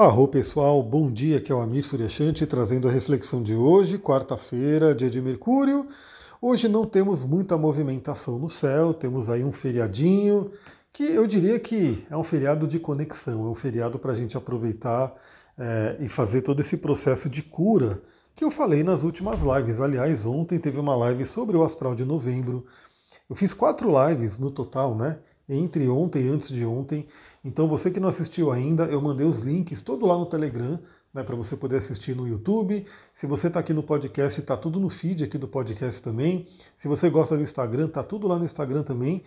Arro pessoal, bom dia, aqui é o Amir Suryashanti trazendo a reflexão de hoje, quarta-feira, dia de Mercúrio. Hoje não temos muita movimentação no céu, temos aí um feriadinho, que eu diria que é um feriado de conexão, é um feriado para a gente aproveitar e fazer todo esse processo de cura que eu falei nas últimas lives. Aliás, ontem teve uma live sobre o astral de novembro. Eu fiz 4 lives no total, né? Entre ontem e antes de ontem. Então você que não assistiu ainda, eu mandei os links todo lá no Telegram, né, para você poder assistir no YouTube. Se você está aqui no podcast, está tudo no feed aqui do podcast também. Se você gosta do Instagram, está tudo lá no Instagram também.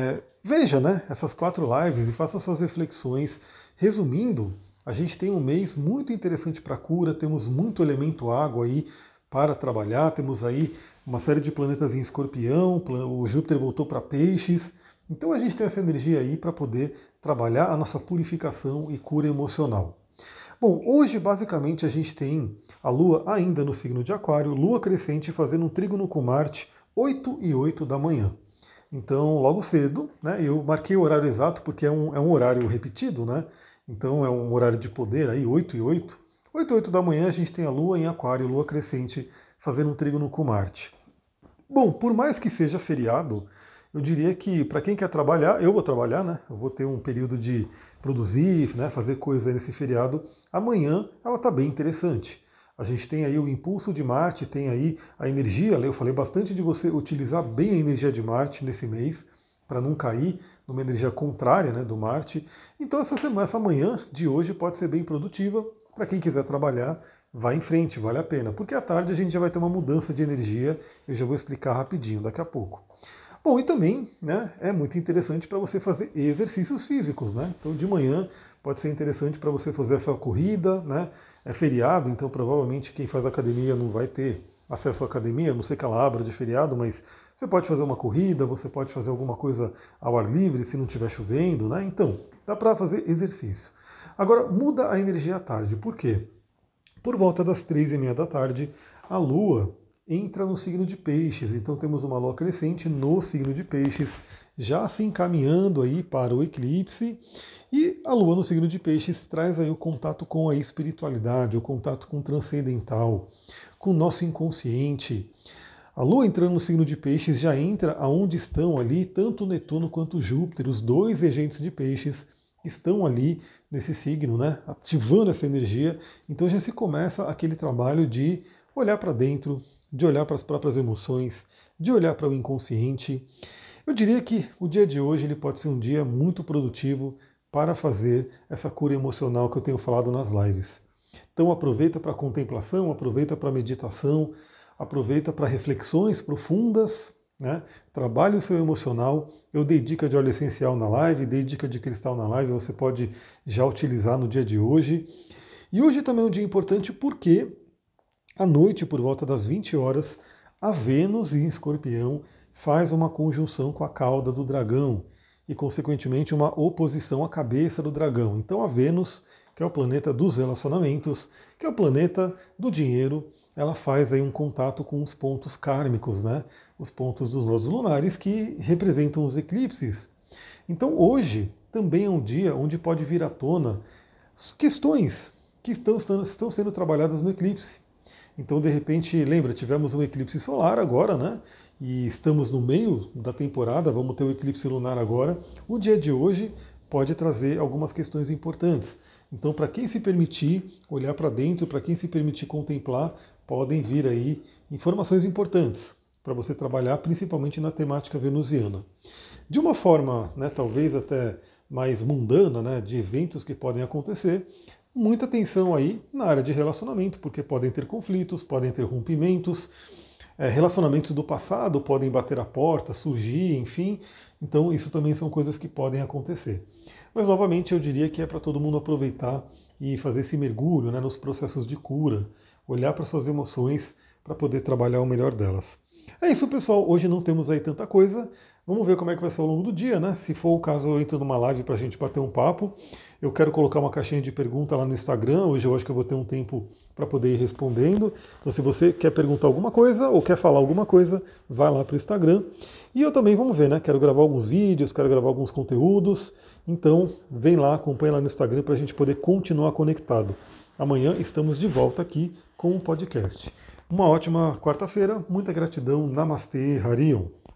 Veja, né, essas 4 lives e faça suas reflexões. Resumindo, a gente tem um mês muito interessante para cura, temos muito elemento água aí para trabalhar, temos aí uma série de planetas em Escorpião, o Júpiter voltou para Peixes, então a gente tem essa energia aí para poder trabalhar a nossa purificação e cura emocional. Bom, hoje basicamente a gente tem a Lua ainda no signo de Aquário, Lua crescente fazendo um trígono com Marte, 8h08 da manhã. Então, logo cedo, né, eu marquei o horário exato porque é um horário repetido, né? Então é um horário de poder aí, 8h08. 8h08 da manhã a gente tem a Lua em Aquário, Lua crescente, fazendo um trígono com Marte. Bom, por mais que seja feriado, eu diria que para quem quer trabalhar, eu vou trabalhar, né? Eu vou ter um período de produzir, né, fazer coisas aí nesse feriado. Amanhã ela está bem interessante. A gente tem aí o impulso de Marte, tem aí a energia, eu falei bastante de você utilizar bem a energia de Marte nesse mês, para não cair numa energia contrária, né, do Marte. Então essa manhã de hoje pode ser bem produtiva. Para quem quiser trabalhar, vá em frente, vale a pena. Porque à tarde a gente já vai ter uma mudança de energia, eu já vou explicar rapidinho daqui a pouco. Bom, e também, né, é muito interessante para você fazer exercícios físicos, né? Então de manhã pode ser interessante para você fazer essa corrida, né? É feriado, então provavelmente quem faz academia não vai ter acesso à academia, a não sei que ela abra de feriado, mas você pode fazer uma corrida, você pode fazer alguma coisa ao ar livre se não estiver chovendo, né? Então, dá para fazer exercício. Agora, muda a energia à tarde, por quê? Por volta das 3h30 da tarde, a Lua entra no signo de Peixes. Então temos uma Lua crescente no signo de Peixes, já se encaminhando aí para o eclipse. E a Lua no signo de Peixes traz aí o contato com a espiritualidade, o contato com o transcendental, com o nosso inconsciente. A Lua entrando no signo de Peixes já entra aonde estão ali tanto Netuno quanto Júpiter, os dois regentes de Peixes estão ali nesse signo, né, ativando essa energia. Então já se começa aquele trabalho de olhar para dentro, de olhar para as próprias emoções, de olhar para o inconsciente. Eu diria que o dia de hoje ele pode ser um dia muito produtivo para fazer essa cura emocional que eu tenho falado nas lives. Então aproveita para contemplação, aproveita para meditação, aproveita para reflexões profundas, né? Trabalhe o seu emocional. Eu dei dica de óleo essencial na live, dei dica de cristal na live, você pode já utilizar no dia de hoje. E hoje também é um dia importante porque à noite, por volta das 20 horas, a Vênus em Escorpião faz uma conjunção com a cauda do dragão e, consequentemente, uma oposição à cabeça do dragão. Então, a Vênus, que é o planeta dos relacionamentos, que é o planeta do dinheiro, ela faz aí um contato com os pontos kármicos, né? Os pontos dos nodos lunares que representam os eclipses. Então, hoje também é um dia onde pode vir à tona questões que estão sendo trabalhadas no eclipse. Então, de repente, lembra, tivemos um eclipse solar agora, né? E estamos no meio da temporada, vamos ter o eclipse lunar agora. O dia de hoje pode trazer algumas questões importantes. Então, para quem se permitir olhar para dentro, para quem se permitir contemplar, podem vir aí informações importantes para você trabalhar, principalmente na temática venusiana. De uma forma, né, talvez até mais mundana, né, de eventos que podem acontecer, muita atenção aí na área de relacionamento, porque podem ter conflitos, podem ter rompimentos, relacionamentos do passado podem bater a porta, surgir, enfim. Então isso também são coisas que podem acontecer. Mas novamente eu diria que é para todo mundo aproveitar e fazer esse mergulho, né, nos processos de cura, olhar para suas emoções para poder trabalhar o melhor delas. É isso, pessoal. Hoje não temos aí tanta coisa. Vamos ver como é que vai ser ao longo do dia, né? Se for o caso, eu entro numa live para a gente bater um papo. Eu quero colocar uma caixinha de pergunta lá no Instagram. Hoje eu acho que eu vou ter um tempo para poder ir respondendo. Então, se você quer perguntar alguma coisa ou quer falar alguma coisa, vai lá para o Instagram. E eu também, vamos ver, né? Quero gravar alguns vídeos, quero gravar alguns conteúdos. Então, vem lá, acompanha lá no Instagram para a gente poder continuar conectado. Amanhã estamos de volta aqui com o podcast. Uma ótima quarta-feira, muita gratidão, Namastê, Harion.